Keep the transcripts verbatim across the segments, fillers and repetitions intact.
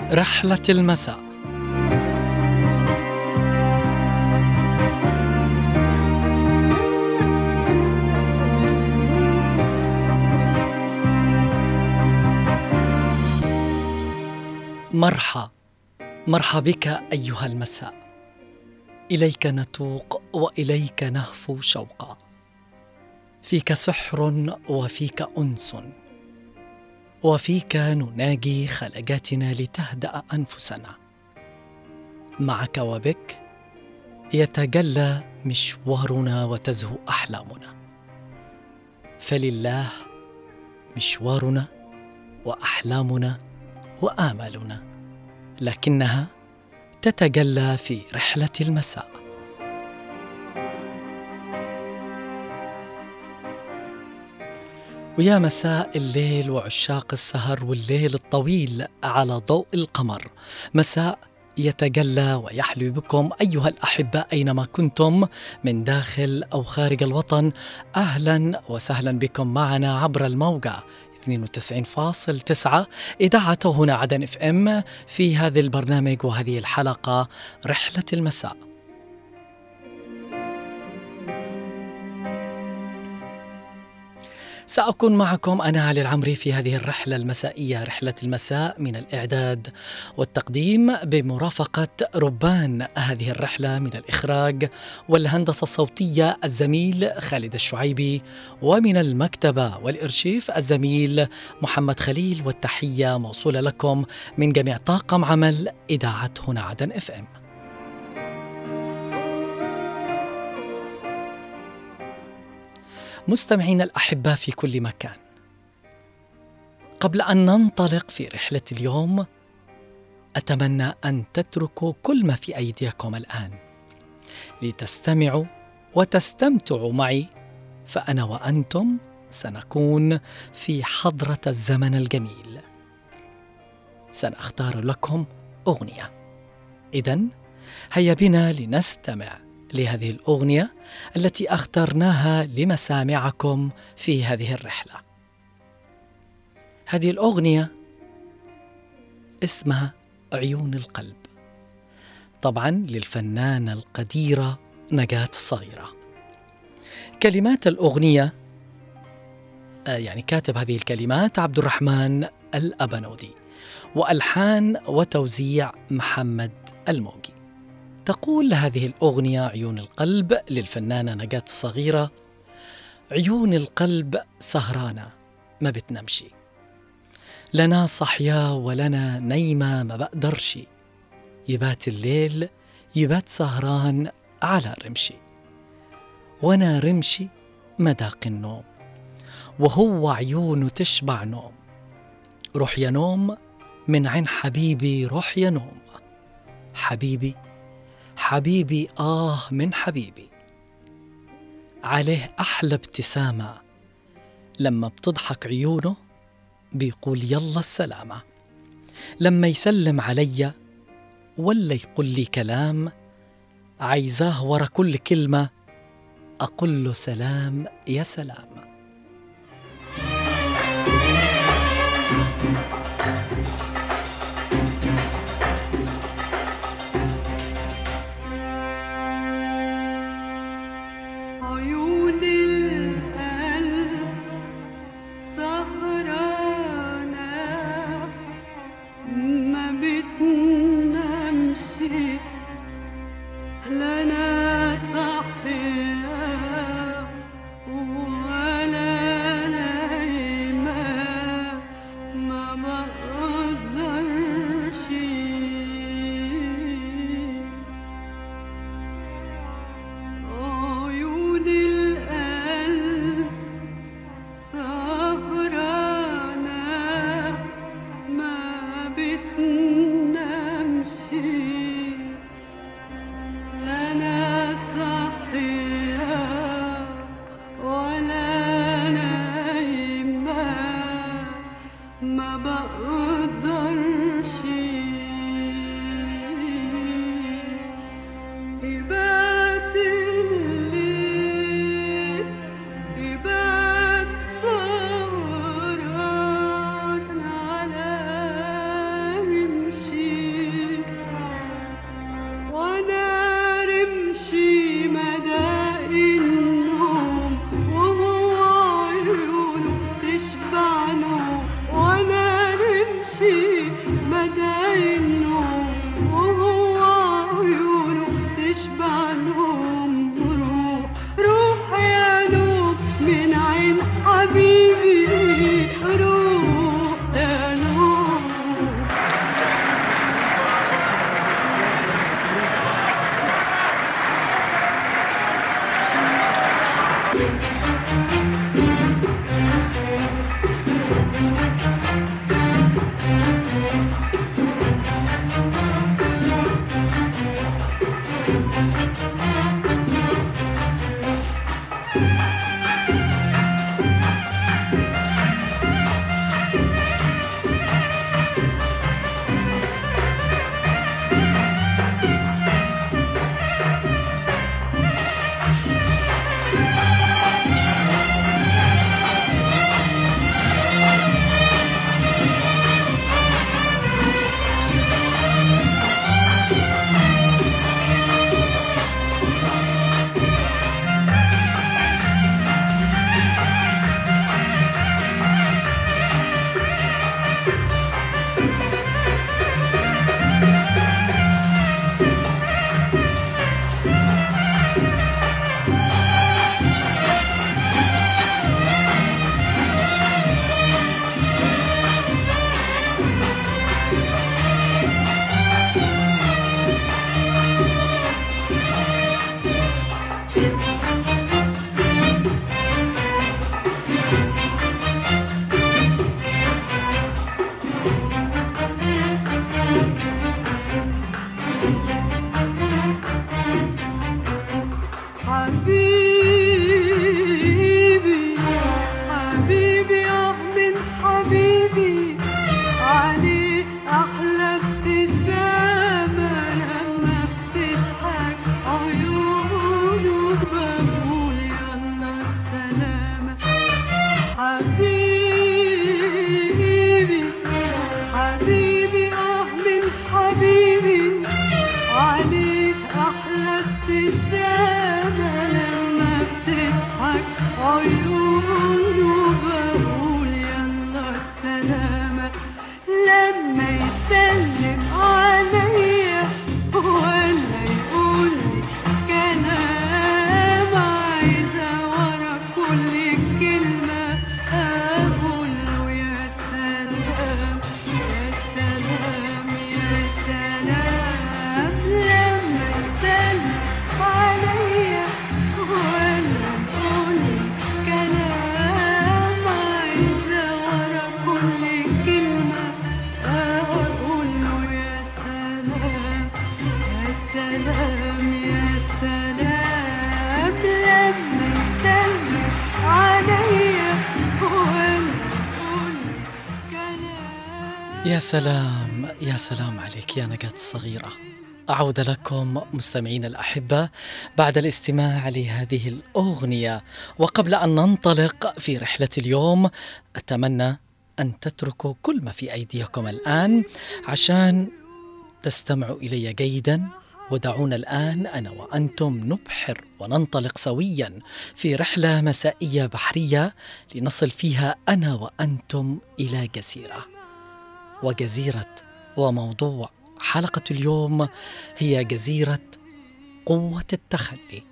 رحلة المساء. مرحى مرحى بك أيها المساء، إليك نتوق وإليك نهفو شوقا، فيك سحر وفيك أنس، وفيك نناجي خلقاتنا لتهدأ أنفسنا. معك وبك يتجلى مشوارنا وتزهو أحلامنا، فلله مشوارنا وأحلامنا وآمالنا، لكنها تتجلى في رحلة المساء. ويا مساء الليل وعشاق السهر والليل الطويل على ضوء القمر، مساء يتجلى ويحلو بكم أيها الأحباء أينما كنتم من داخل أو خارج الوطن. أهلا وسهلا بكم معنا عبر الموجة اثنين وتسعين فاصلة تسعة إذاعة هنا عدن اف ام في هذا البرنامج وهذه الحلقة رحلة المساء. سأكون معكم أنا علي العمري في هذه الرحلة المسائية، رحلة المساء، من الإعداد والتقديم بمرافقة ربان هذه الرحلة من الإخراج والهندسة الصوتية الزميل خالد الشعيبي، ومن المكتبة والإرشيف الزميل محمد خليل، والتحية موصولة لكم من جميع طاقم عمل إذاعة هنا عدن اف ام. مستمعين الأحباء في كل مكان، قبل أن ننطلق في رحلة اليوم أتمنى أن تتركوا كل ما في أيديكم الآن لتستمعوا وتستمتعوا معي، فأنا وأنتم سنكون في حضرة الزمن الجميل. سنختار لكم أغنية، إذن هيا بنا لنستمع لهذه الأغنية التي اخترناها لمسامعكم في هذه الرحلة. هذه الأغنية اسمها عيون القلب، طبعا للفنانة القديرة نجاة الصغيرة. كلمات الأغنية آه يعني كاتب هذه الكلمات عبد الرحمن الأبنودي، وألحان وتوزيع محمد الموجي. تقول هذه الأغنية عيون القلب للفنانة نجاة الصغيرة: عيون القلب سهرانة ما بتنامشي، لنا صحيا ولنا نايمة ما بقدرش، يبات الليل يبات سهران على رمشي، وانا رمشي مداق النوم، وهو عيونه تشبع نوم، روح يا نوم من عين حبيبي، روح يا نوم، حبيبي حبيبي آه من حبيبي، عليه أحلى ابتسامة، لما بتضحك عيونه بيقول يلا السلامة، لما يسلم علي ولا يقول لي كلام، عايزاه ورا كل كلمة أقول له سلام يا سلام. يبات لما يسلم عليا ولا يقول لي كلام عايزة ورا كل كلمة أقول له يا سلام يا سلام يا سلام. لما يسلم عليا ولا يقول لي كلام عايزة ورا كل كلمة أقول له يا سلام يا سلام يا سلام. لما يسلم عليا ولا يقول لي كلام. يا سلام يا سلام عليك يا نجاة الصغيرة. أعود لكم مستمعين الأحبة بعد الاستماع لهذه الأغنية، وقبل أن ننطلق في رحلة اليوم أتمنى أن تتركوا كل ما في أيديكم الآن عشان تستمعوا إلي جيدا، ودعونا الآن أنا وأنتم نبحر وننطلق سويا في رحلة مسائية بحرية لنصل فيها أنا وأنتم إلى جزيرة. وجزيرة وموضوع حلقة اليوم هي جزيرة قوة التخلي.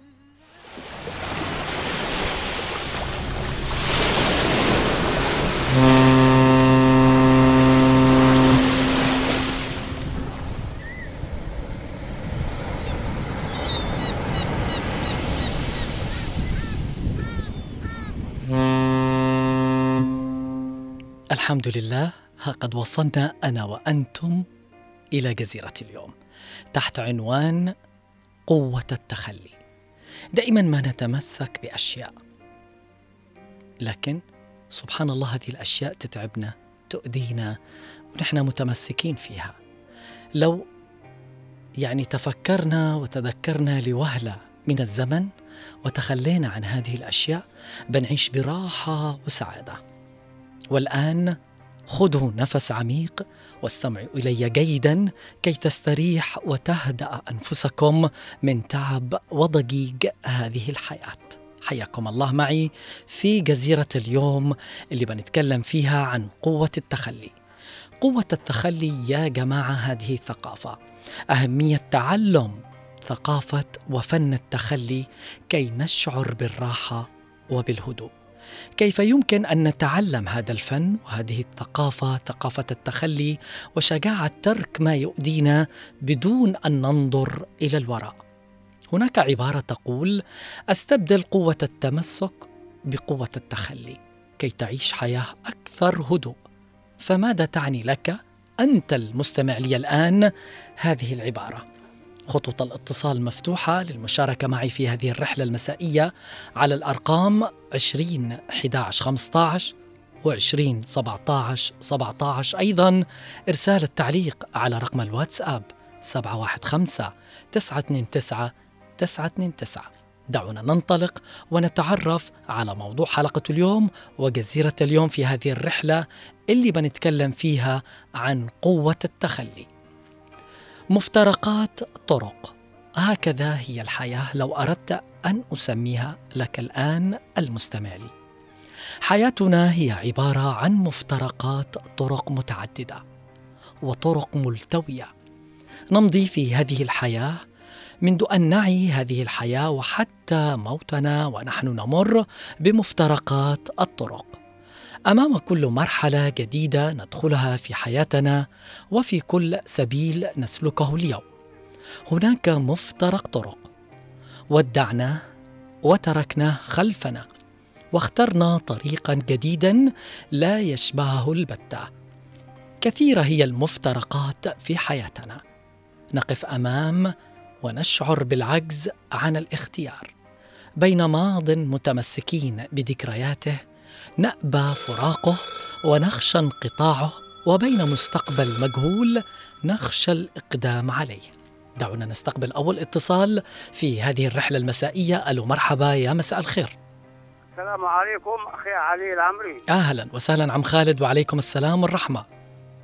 الحمد لله، ها قد وصلنا أنا وأنتم إلى جزيرة اليوم تحت عنوان قوة التخلي. دائما ما نتمسك بأشياء، لكن سبحان الله هذه الأشياء تتعبنا تؤذينا ونحن متمسكين فيها. لو يعني تفكرنا وتذكرنا لوهلة من الزمن وتخلينا عن هذه الأشياء بنعيش براحة وسعادة. والآن خذوا نفس عميق واستمعوا إلي جيدا كي تستريح وتهدأ أنفسكم من تعب وضجيج هذه الحياة. حياكم الله معي في جزيرة اليوم اللي بنتكلم فيها عن قوة التخلي. قوة التخلي يا جماعة هذه ثقافة، أهمية تعلم ثقافة وفن التخلي كي نشعر بالراحة وبالهدوء. كيف يمكن أن نتعلم هذا الفن وهذه الثقافة، ثقافة التخلي وشجاعة ترك ما يؤذينا بدون أن ننظر إلى الوراء؟ هناك عبارة تقول: أستبدل قوة التمسك بقوة التخلي كي تعيش حياة أكثر هدوء. فماذا تعني لك أنت المستمع لي الآن هذه العبارة؟ خطوط الاتصال مفتوحة للمشاركة معي في هذه الرحلة المسائية على الأرقام عشرين أحد عشر خمسة عشر وعشرين سبعة عشر سبعة عشر. أيضا إرسال التعليق على رقم الواتساب سبعة واحد خمسة تسعة اثنين تسعة تسعة اثنين تسعة. دعونا ننطلق ونتعرف على موضوع حلقة اليوم وجزيرة اليوم في هذه الرحلة اللي بنتكلم فيها عن قوة التخلي. مفترقات طرق، هكذا هي الحياة لو أردت أن أسميها لك الآن المستمع لي. حياتنا هي عبارة عن مفترقات طرق متعددة وطرق ملتوية نمضي في هذه الحياة منذ أن نعي هذه الحياة وحتى موتنا ونحن نمر بمفترقات الطرق. أمام كل مرحلة جديدة ندخلها في حياتنا وفي كل سبيل نسلكه اليوم هناك مفترق طرق ودعناه وتركناه خلفنا واخترنا طريقا جديدا لا يشبهه البتة. كثيرة هي المفترقات في حياتنا، نقف أمام ونشعر بالعجز عن الاختيار بين ماض متمسكين بذكرياته نأبى فراقه ونخشى انقطاعه، وبين مستقبل مجهول نخشى الإقدام عليه. دعونا نستقبل أول اتصال في هذه الرحلة المسائية. ألو مرحبا، يا مساء الخير. السلام عليكم أخي علي العمري. أهلا وسهلا عم خالد. وعليكم السلام والرحمة. يا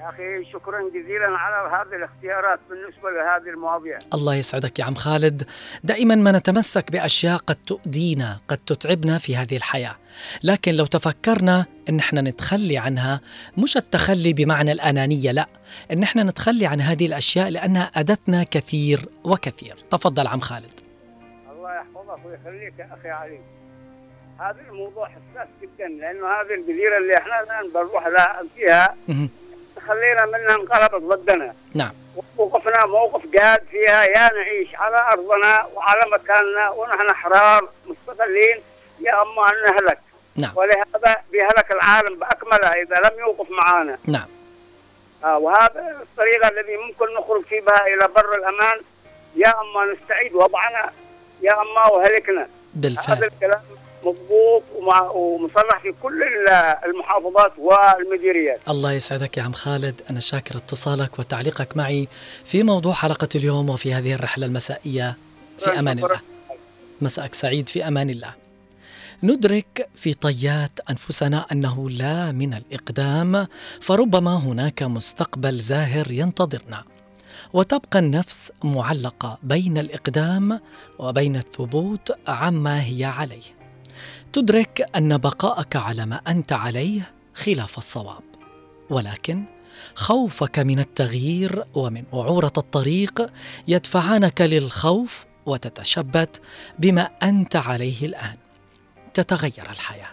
أخي شكرا جزيلا على هذه الاختيارات بالنسبة لهذه المواضيع. الله يسعدك يا عم خالد. دائما ما نتمسك بأشياء قد تؤذينا، قد تتعبنا في هذه الحياة، لكن لو تفكرنا إن احنا نتخلي عنها، مش التخلي بمعنى الأنانية، لا، إن احنا نتخلي عن هذه الأشياء لأنها أذتنا كثير وكثير. تفضل عم خالد. الله يحفظك ويخليك يا أخي علي. هذا الموضوع حساس جدا، لأنه هذه الجزيرة اللي احنا الآن بنروح لها فيها خلينا منها انقلبت ضدنا. نعم. ووقفنا موقف جاد فيها، يا نعيش على أرضنا وعلى مكاننا ونحن أحرار مستقلين، يا أما أن نهلك. نعم. ولهذا بيهلك العالم بأكمله إذا لم يوقف معنا. نعم. آه وهذا الطريقة الذي ممكن نخرج فيها إلى بر الأمان، يا أما نستعيد وضعنا يا أما وهلكنا. بالفعل. هذا الكلام مضبوط ومصرح في كل المحافظات والمديريات. الله يسعدك يا عم خالد، أنا شاكر اتصالك وتعليقك معي في موضوع حلقة اليوم وفي هذه الرحلة المسائية. في أمان الله. مساءك سعيد في أمان الله. ندرك في طيات أنفسنا أنه لا من الإقدام، فربما هناك مستقبل زاهر ينتظرنا، وتبقى النفس معلقة بين الإقدام وبين الثبوت عما هي عليه. تدرك أن بقاءك على ما أنت عليه خلاف الصواب، ولكن خوفك من التغيير ومن وعورة الطريق يدفعانك للخوف، وتتشبت بما أنت عليه الآن. تتغير الحياة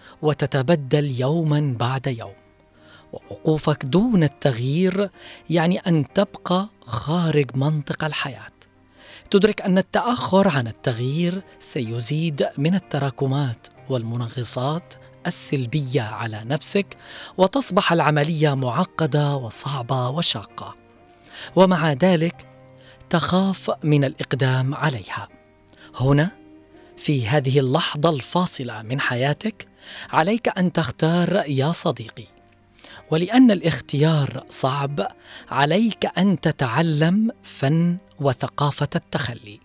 وتتبدل يوما بعد يوم، ووقوفك دون التغيير يعني أن تبقى خارج منطق الحياة. تدرك أن التأخر عن التغيير سيزيد من التراكمات والمنغصات السلبية على نفسك، وتصبح العملية معقدة وصعبة وشاقة، ومع ذلك تخاف من الإقدام عليها. هنا في هذه اللحظة الفاصلة من حياتك عليك أن تختار يا صديقي، ولأن الاختيار صعب عليك أن تتعلم فن وثقافة التخلي.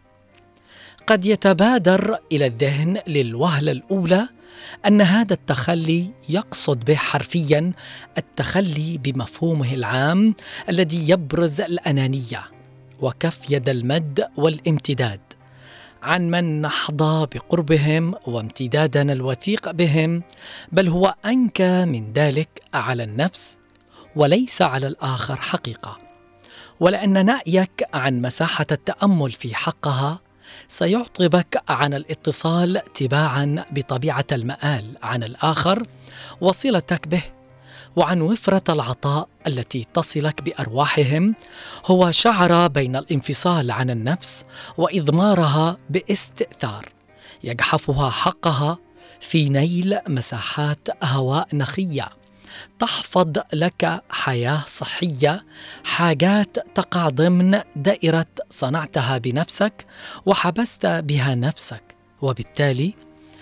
قد يتبادر إلى الذهن للوهلة الأولى أن هذا التخلي يقصد به حرفياً التخلي بمفهومه العام الذي يبرز الأنانية وكف يد المد والامتداد عن من نحظى بقربهم وامتدادنا الوثيق بهم، بل هو أنكى من ذلك على النفس وليس على الآخر حقيقة. ولأن نأيك عن مساحة التأمل في حقها سيعطبك عن الاتصال تباعا بطبيعة المآل عن الآخر وصلتك به، وعن وفرة العطاء التي تصلك بأرواحهم. هو شعر بين الانفصال عن النفس وإضمارها باستئثار يجحفها حقها في نيل مساحات هواء نقية تحفظ لك حياة صحية، حاجات تقع ضمن دائرة صنعتها بنفسك وحبست بها نفسك، وبالتالي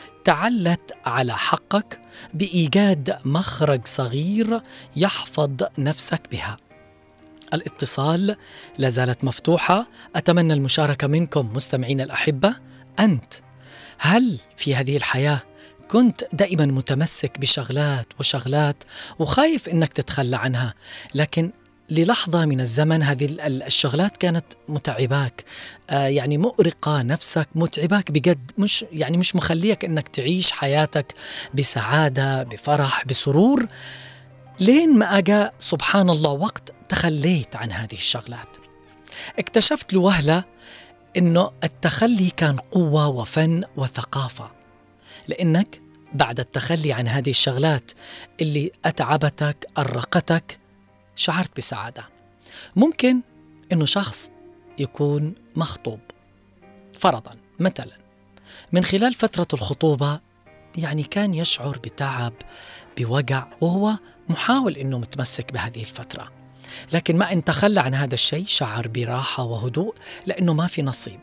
تعلت على حقك بإيجاد مخرج صغير يحفظ نفسك بها. الاتصال لازالت مفتوحة، أتمنى المشاركة منكم مستمعين الأحبة. أنت هل في هذه الحياة كنت دائما متمسك بشغلات وشغلات وخايف إنك تتخلى عنها، لكن للحظة من الزمن هذه الشغلات كانت متعباك، آه يعني مؤرقة نفسك، متعباك بجد، مش يعني مش مخليك إنك تعيش حياتك بسعادة بفرح بسرور، لين ما أجا سبحان الله وقت تخليت عن هذه الشغلات. اكتشفت لوهلة إنه التخلي كان قوة وفن وثقافة، لأنك بعد التخلي عن هذه الشغلات اللي أتعبتك أرقتك شعرت بسعادة. ممكن إنه شخص يكون مخطوب فرضاً مثلاً، من خلال فترة الخطوبة يعني كان يشعر بتعب بوجع، وهو محاول إنه متمسك بهذه الفترة، لكن ما إن تخلى عن هذا الشيء شعر براحة وهدوء لأنه ما في نصيب.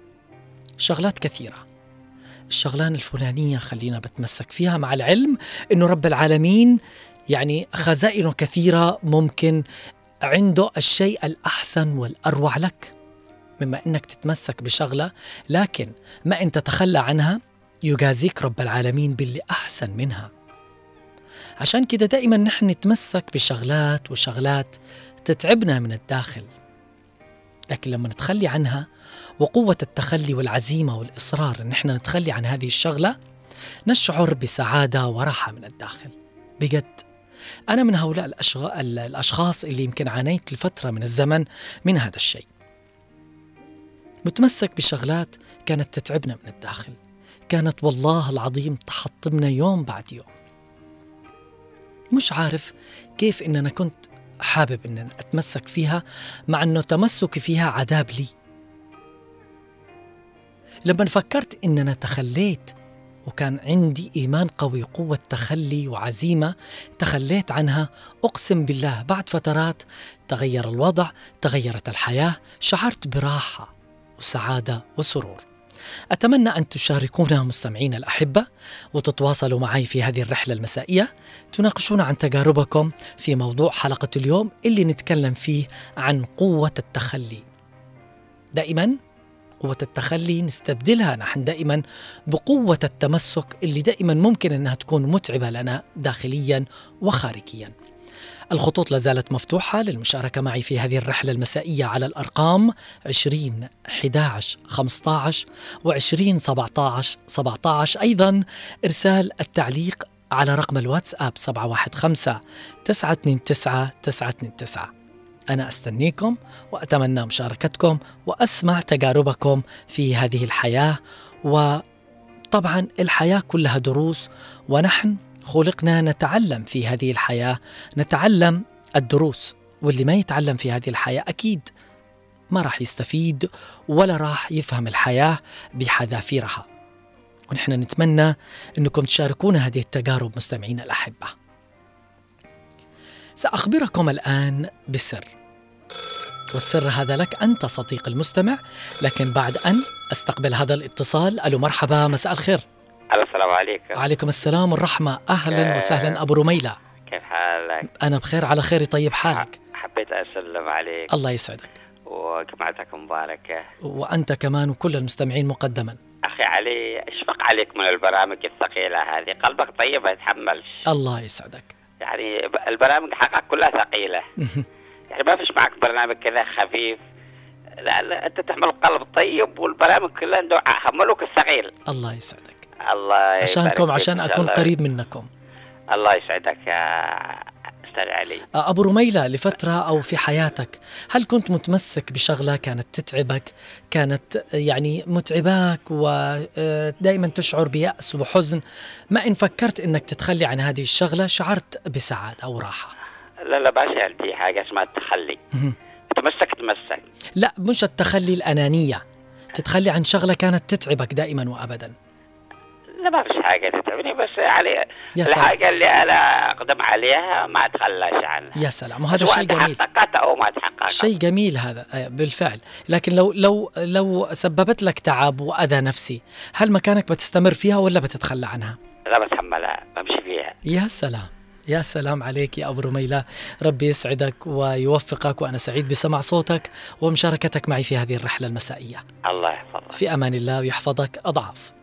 شغلات كثيرة، الشغلان الفلانية خلينا بتمسك فيها، مع العلم إنه رب العالمين يعني خزائنه كثيرة، ممكن عنده الشيء الأحسن والأروع لك مما أنك تتمسك بشغلة، لكن ما أن تتخلى عنها يجازيك رب العالمين باللي أحسن منها. عشان كده دائما نحن نتمسك بشغلات وشغلات تتعبنا من الداخل، لكن لما نتخلي عنها، وقوة التخلي والعزيمة والإصرار إن احنا نتخلي عن هذه الشغلة، نشعر بسعادة وراحة من الداخل. بجد أنا من هؤلاء الأشغ... الأشخاص اللي يمكن عانيت لفترة من الزمن من هذا الشيء، متمسك بشغلات كانت تتعبنا من الداخل، كانت والله العظيم تحطمنا يوم بعد يوم. مش عارف كيف إن أنا كنت حابب إن أنا أتمسك فيها، مع أنه تمسكي فيها عذاب لي. لما فكرت إن أنا تخليت وكان عندي إيمان قوي، قوة تخلي وعزيمة، تخليت عنها، أقسم بالله بعد فترات تغير الوضع، تغيرت الحياة، شعرت براحة وسعادة وسرور. أتمنى أن تشاركونا مستمعين الأحبة، وتتواصلوا معي في هذه الرحلة المسائية، تناقشون عن تجاربكم في موضوع حلقة اليوم اللي نتكلم فيه عن قوة التخلي. دائما قوة التخلي نستبدلها نحن دائما بقوة التمسك، اللي دائما ممكن أنها تكون متعبة لنا داخليا وخارجيا. الخطوط لازالت مفتوحة للمشاركة معي في هذه الرحلة المسائية على الأرقام عشرين أحد عشر خمسة عشر وعشرين سبعة عشر سبعة عشر. أيضا إرسال التعليق على رقم الواتساب سبعة واحد خمسة تسعة اثنين تسعة تسعة اثنين تسعة. أنا أستنيكم وأتمنى مشاركتكم وأسمع تجاربكم في هذه الحياة. وطبعا الحياة كلها دروس، ونحن خلقنا نتعلم في هذه الحياة، نتعلم الدروس، واللي ما يتعلم في هذه الحياة أكيد ما راح يستفيد ولا راح يفهم الحياة بحذافيرها. ونحن نتمنى أنكم تشاركونا هذه التجارب مستمعين الأحبة. سأخبركم الآن بسر، والسر هذا لك أنت صديق المستمع، لكن بعد أن أستقبل هذا الاتصال. ألو مرحبا، مساء الخير. السلام عليكم. وعليكم السلام والرحمة. أهلا وسهلا أبو رميلة، كيف حالك؟ أنا بخير على خير. طيب حالك؟ حبيت أسلم عليك. الله يسعدك، وجمعتك مباركة. وأنت كمان وكل المستمعين مقدما. أخي علي، أشفق عليك من البرامج الثقيلة هذه، قلبك طيب ما يتحملش. الله يسعدك. يعني البرامج حقك كلها ثقيلة يعني ما فيش معك برنامج كذا خفيف، لا, لا أنت تحمل قلب طيب، والبرامج كلها حملوك الثقيل. الله يسعدك. الله عشانكم، عشان أكون قريب منكم. الله يسعدك يا أستاذ علي. أبو رميلة، لفترة أو في حياتك هل كنت متمسك بشغلة كانت تتعبك، كانت يعني متعباك ودائما تشعر بيأس وحزن، ما إن فكرت إنك تتخلي عن هذه الشغلة شعرت بسعادة أو راحة؟ لا لا باش عندي حاجة اسمها التخلي. تمسك تمسك لا، مش التخلي الأنانية، تتخلي عن شغلة كانت تتعبك دائما وأبدا. لا ما فيش حاجة تتعبني، بس علي الحاجة اللي أنا أقدم عليها ما أتخلاش عنها. يا سلام، وهذا شيء جميل. تحققت أو ما تحققت شيء جميل هذا بالفعل. لكن لو لو لو سببت لك تعب وأذى نفسي، هل مكانك بتستمر فيها ولا بتتخلى عنها؟ لا بتحملها، بمشي فيها. يا سلام، يا سلام عليك يا أبو رميلة، ربي يسعدك ويوفقك، وأنا سعيد بسمع صوتك ومشاركتك معي في هذه الرحلة المسائية. الله يحفظك. في أمان الله ويحفظك أضعاف.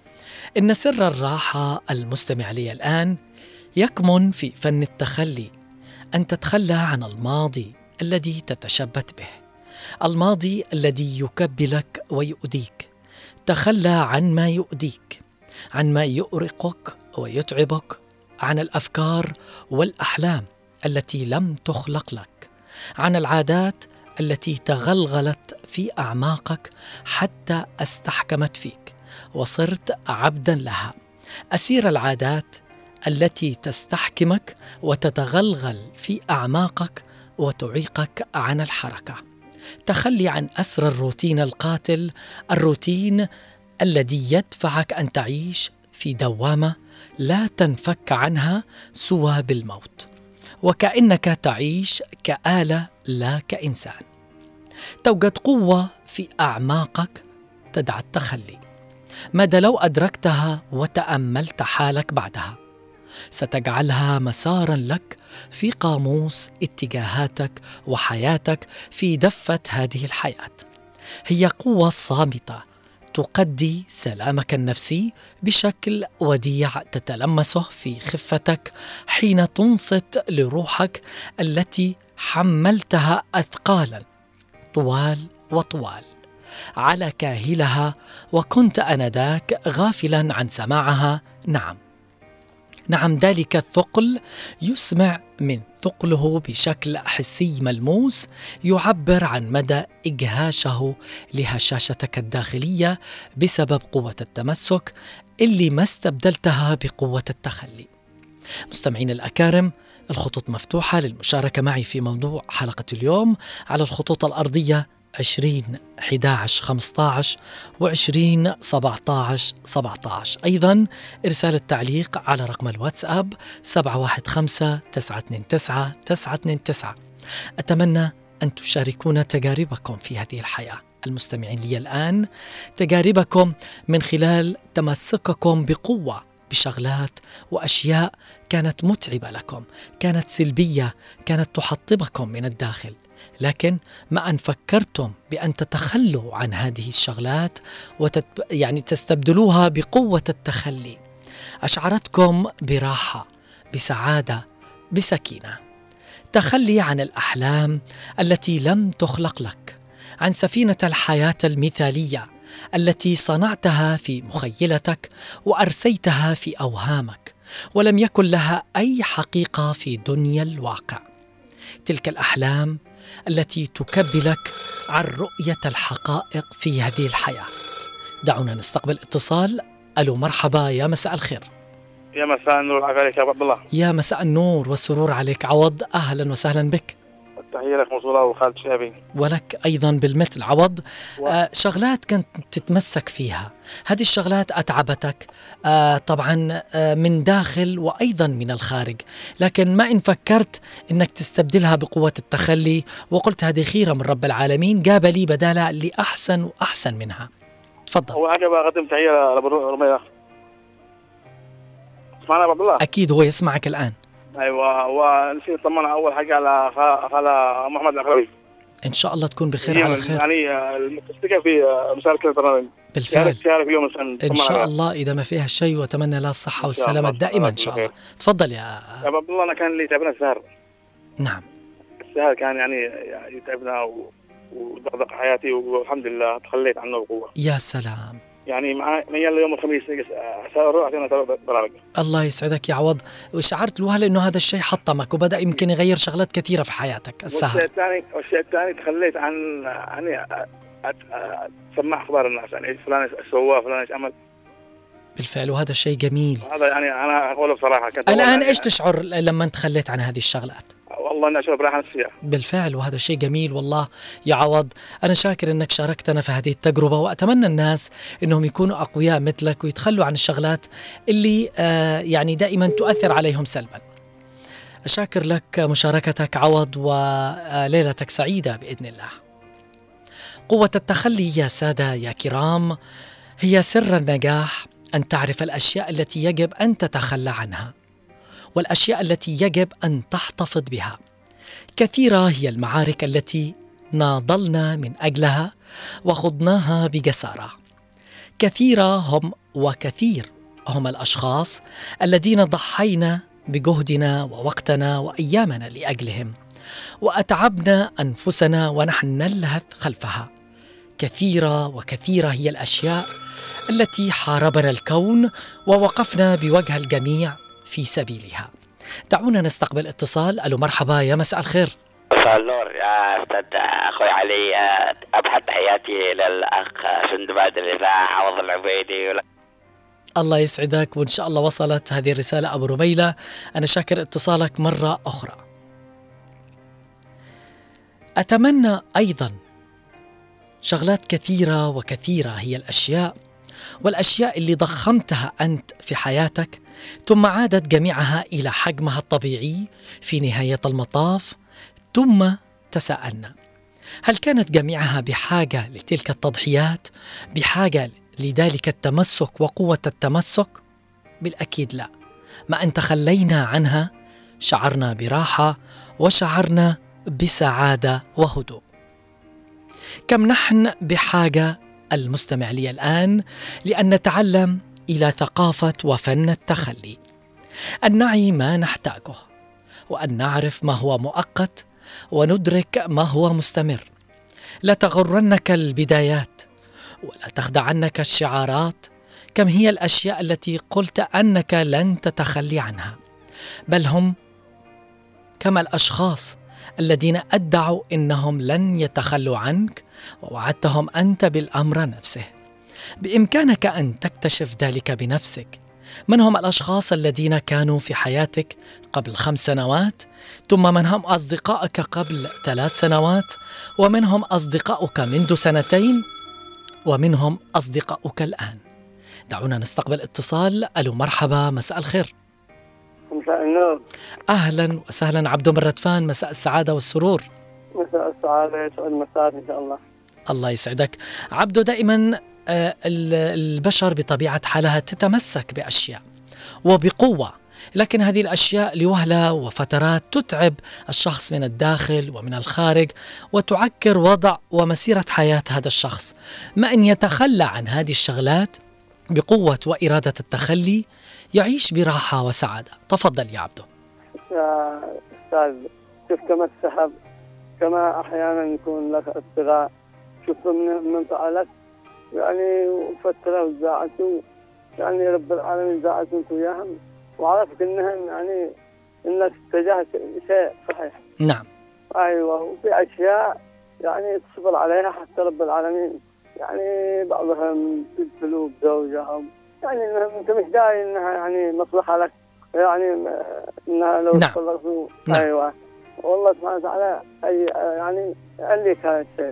إن سر الراحة المستمع لي الآن يكمن في فن التخلي، أن تتخلى عن الماضي الذي تتشبت به، الماضي الذي يكبلك ويؤذيك. تخلى عن ما يؤذيك، عن ما يؤرقك ويتعبك، عن الأفكار والأحلام التي لم تخلق لك، عن العادات التي تغلغلت في أعماقك حتى استحكمت فيك وصرت عبدا لها. أسير العادات التي تستحكمك وتتغلغل في أعماقك وتعيقك عن الحركة. تخلي عن أسر الروتين القاتل، الروتين الذي يدفعك أن تعيش في دوامة لا تنفك عنها سوى بالموت، وكأنك تعيش كآلة لا كإنسان. توجد قوة في أعماقك تدعى التخلي، ماذا لو أدركتها وتأملت حالك بعدها؟ ستجعلها مسارا لك في قاموس اتجاهاتك وحياتك في دفة هذه الحياة. هي قوة صامتة تقدي سلامك النفسي بشكل وديع تتلمسه في خفتك حين تنصت لروحك التي حملتها أثقالا طوال وطوال على كاهلها، وكنت آنذاك غافلا عن سماعها. نعم نعم ذلك الثقل يسمع من ثقله بشكل حسي ملموس يعبر عن مدى إجهاشه لهشاشتك الداخلية بسبب قوة التمسك اللي ما استبدلتها بقوة التخلي. مستمعين الأكارم، الخطوط مفتوحة للمشاركة معي في موضوع حلقة اليوم على الخطوط الأرضية عشرين أحد عشر خمسة عشر وعشرين سبعة عشر سبعة عشر. أيضا إرسال التعليق على رقم الواتساب سبعة واحد خمسة تسعة اثنين تسعة تسعة اثنين تسعة. أتمنى أن تشاركونا تجاربكم في هذه الحياة. المستمعين لي الآن، تجاربكم من خلال تمسككم بقوة بشغلات وأشياء كانت متعبة لكم، كانت سلبية، كانت تحطمكم من الداخل، لكن ما أن فكرتم بأن تتخلوا عن هذه الشغلات وتت... يعني تستبدلوها بقوة التخلي، أشعرتكم براحة، بسعادة، بسكينة. تخلي عن الأحلام التي لم تخلق لك، عن سفينة الحياة المثالية التي صنعتها في مخيلتك وأرسيتها في أوهامك ولم يكن لها أي حقيقة في دنيا الواقع. تلك الأحلام التي تكبلك عن رؤية الحقائق في هذه الحياة. دعونا نستقبل اتصال. ألو، مرحبا، يا مساء الخير. يا مساء النور عليك يا عبد الله. يا مساء النور والسرور عليك عوض، أهلا وسهلا بك. التحية لك موصولة وخالد شابي. ولك أيضا بالمثل عوض. و... آه شغلات كنت تتمسك فيها، هذه الشغلات أتعبتك آه طبعا آه من داخل وأيضا من الخارج، لكن ما إن فكرت إنك تستبدلها بقوة التخلي وقلت هذه خيرة من رب العالمين جاب لي بدالة اللي أحسن وأحسن منها. تفضل. وعقب أقدم تحية لرميلة. اسمعنا يا عبد الله؟ أكيد هو يسمعك الآن. ايوه، ونسيت طمنا اول حاجه على خاله محمد الأخوي. ان شاء الله تكون بخير على خير. يعني المتسكه في مشاركه البرنامج بالفعل شارك اليوم ان شاء الله اذا ما فيها شيء، واتمنى لها الصحه والسلامه دائما ان شاء الله. تفضل يا يا عبد الله. انا كان اللي تعبنا السهر. نعم السهر كان يعني يتعبنا وضغط حياتي، والحمد لله تخليت عنه بقوه. يا سلام. يعني مع ميال يوم الخميس سهر عشان برامج. الله يسعدك يا عوض. وشعرت له انه هذا الشيء حطمك وبدا يمكن يغير شغلات كثيره في حياتك السهر. والشيء الثاني والشيء الثاني تخليت عن يعني سمع اخبار الناس، يعني ايش فلان سواه فلان ايش عمل. بالفعل، وهذا شيء جميل. هذا يعني انا اقوله بصراحه. الان يعني ايش تشعر لما تخليت عن هذه الشغلات؟ والله أنا أشعر براحة نفسية. بالفعل، وهذا شيء جميل والله يا عوض. أنا شاكر أنك شاركتنا في هذه التجربة، وأتمنى الناس أنهم يكونوا أقوياء مثلك ويتخلوا عن الشغلات اللي آه يعني دائما تؤثر عليهم سلبا. أشاكر لك مشاركتك عوض، وليلتك سعيدة بإذن الله. قوة التخلي يا سادة يا كرام هي سر النجاح، أن تعرف الأشياء التي يجب أن تتخلى عنها والأشياء التي يجب أن تحتفظ بها. كثيرة هي المعارك التي ناضلنا من أجلها وخضناها بجسارة. كثيرة هم وكثير هم الأشخاص الذين ضحينا بجهدنا ووقتنا وأيامنا لأجلهم، وأتعبنا أنفسنا ونحن نلهث خلفها. كثيرة وكثيرة هي الأشياء التي حاربنا الكون ووقفنا بوجه الجميع في سبيلها. دعونا نستقبل اتصال. ألو، مرحبا، يا مساء الخير. مساء النور يا أستاذ أخوي علي. أبحث تحياتي للأخ سندباد الإذاعة عوض العبيدي. ولا... الله يسعدك، وإن شاء الله وصلت هذه الرسالة أبو رميلة. أنا شاكر اتصالك مرة أخرى. أتمنى أيضا شغلات كثيرة وكثيرة هي الأشياء والأشياء اللي ضخمتها أنت في حياتك ثم عادت جميعها إلى حجمها الطبيعي في نهاية المطاف. ثم تساءلنا، هل كانت جميعها بحاجة لتلك التضحيات، بحاجة لذلك التمسك وقوة التمسك؟ بالأكيد لا. ما أن تخلينا عنها شعرنا براحة وشعرنا بسعادة وهدوء. كم نحن بحاجة المستمع لي الآن لأن نتعلم إلى ثقافة وفن التخلي، أن نعي ما نحتاجه، وأن نعرف ما هو مؤقت وندرك ما هو مستمر. لا تغرنك البدايات ولا تخدعنك الشعارات، كم هي الأشياء التي قلت أنك لن تتخلي عنها، بل هم كما الأشخاص الذين أدعوا إنهم لن يتخلوا عنك ووعدتهم أنت بالأمر نفسه. بإمكانك أن تكتشف ذلك بنفسك. من هم الأشخاص الذين كانوا في حياتك قبل خمس سنوات، ثم من هم أصدقائك قبل ثلاث سنوات، ومنهم أصدقائك منذ سنتين، ومنهم أصدقائك الآن. دعونا نستقبل اتصال. ألو، مرحبا، مساء الخير. مساء النور. أهلا وسهلا عبدو من ردفان، مساء السعادة والسرور. مساء السعادة، يسعد مساءك إن شاء الله. الله يسعدك عبدو. دائما البشر بطبيعة حالها تتمسك بأشياء وبقوة، لكن هذه الأشياء لوهلة وفترات تتعب الشخص من الداخل ومن الخارج، وتعكر وضع ومسيرة حياة هذا الشخص. ما أن يتخلى عن هذه الشغلات بقوة وإرادة التخلي يعيش براحة وسعادة. تفضل يا عبدو. يا أستاذ، شوف كما السحب، كما أحيانا يكون لك ابتغاء، شوف من, من فعلك يعني وفترة وزاعته، يعني رب العالمين زاعته انت وياهم، وعرفت انهم يعني انك اتجهت شيء صحيح. نعم. ايوه، وفي اشياء يعني تصبر عليها حتى رب العالمين، يعني بعضهم تدخلوا بزوجها، يعني انت مش داعي انها يعني مصلحة لك، يعني انها لو نعم. تخلصوا. نعم. ايوه، والله سبحانه وتعالى اي يعني قال لك هذا الشيء.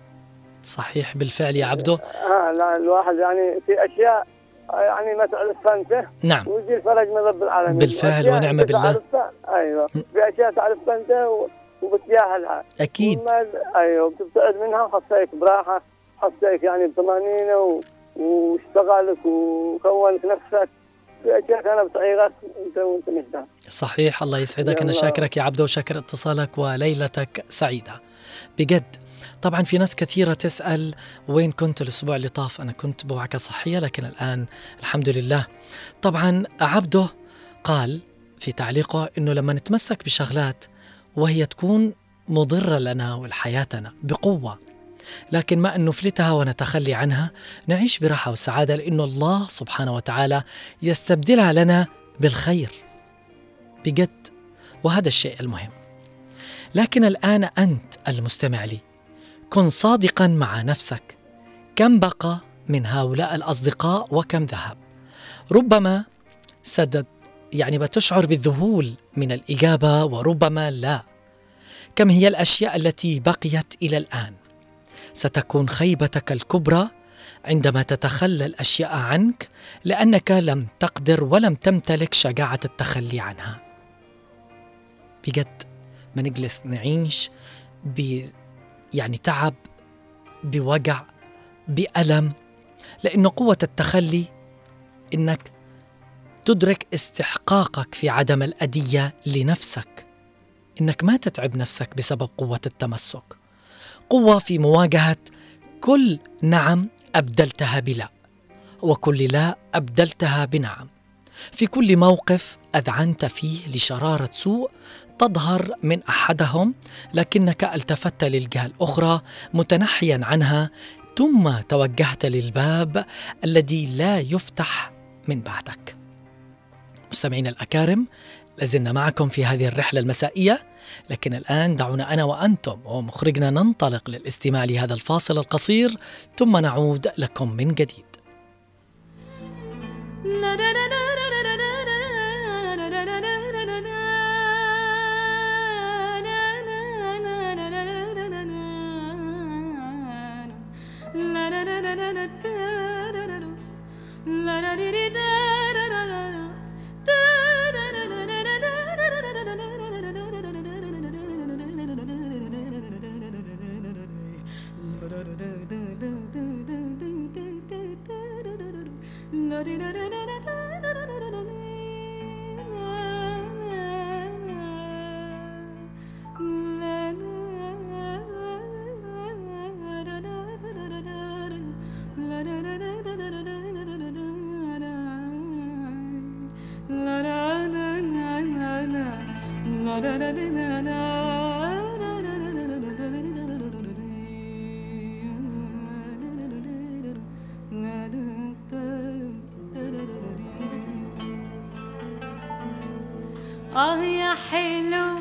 صحيح بالفعل يا عبدو. ها لا، الواحد يعني في اشياء يعني ما تعرفها انت. نعم. ويجي الفرج من رب العالمين. بالفعل ونعم بالله. ايوه، في اشياء تعرفها انت وبتجاهلها. اكيد. ايوه، بتبتعد منها وحطيك براحه، حطيك يعني بطمانينه و... واشتغلك وكونك نفسك. في اشياء كانت بتعيقك انت وانت مش داعي. صحيح. الله يسعدك. انا شاكرك يا عبدو وشاكر اتصالك، وليلتك سعيده بجد. طبعا في ناس كثيرة تسأل وين كنت الأسبوع اللي طاف؟ أنا كنت بوعكة صحية، لكن الآن الحمد لله. طبعا عبده قال في تعليقه أنه لما نتمسك بشغلات وهي تكون مضرة لنا ولحياتنا بقوة، لكن ما أن نفلتها ونتخلي عنها نعيش براحة وسعادة، لأنه الله سبحانه وتعالى يستبدلها لنا بالخير بجد، وهذا الشيء المهم. لكن الآن أنت المستمع لي، كن صادقا مع نفسك. كم بقى من هؤلاء الأصدقاء وكم ذهب؟ ربما سدد يعني بتشعر بالذهول من الإجابة، وربما لا. كم هي الأشياء التي بقيت إلى الآن؟ ستكون خيبتك الكبرى عندما تتخلى الأشياء عنك، لأنك لم تقدر ولم تمتلك شجاعة التخلي عنها. بجد ما نجلس نعيش ب يعني تعب، بوجع، بألم، لأن قوة التخلي إنك تدرك استحقاقك في عدم الأذية لنفسك، إنك ما تتعب نفسك بسبب قوة التمسك. قوة في مواجهة كل نعم أبدلتها بلا، وكل لا أبدلتها بنعم. في كل موقف أذعنت فيه لشرارة سوء تظهر من أحدهم، لكنك التفت للجهة الأخرى متنحيا عنها، ثم توجهت للباب الذي لا يفتح من بعدك. مستمعين الأكارم، لازلنا معكم في هذه الرحلة المسائية، لكن الآن دعونا أنا وأنتم ومخرجنا ننطلق للاستماع لهذا الفاصل القصير، ثم نعود لكم من جديد. آه يا حلو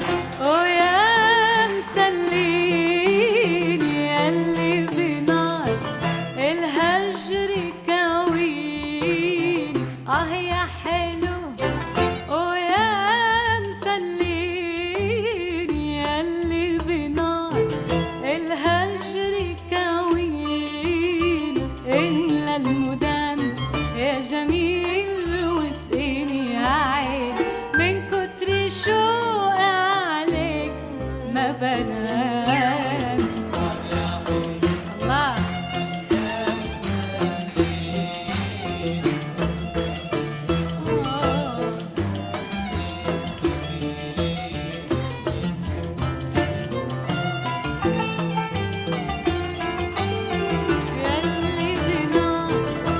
ويا مسليني ياللي بنار الهجر كويني. آه يا حلو ويا مسليني ياللي بنار الهجر كويني. إلا المدام يا جميل واسقيني يا عين من كتر شوق عليك ما بنام. الله ياللي بنار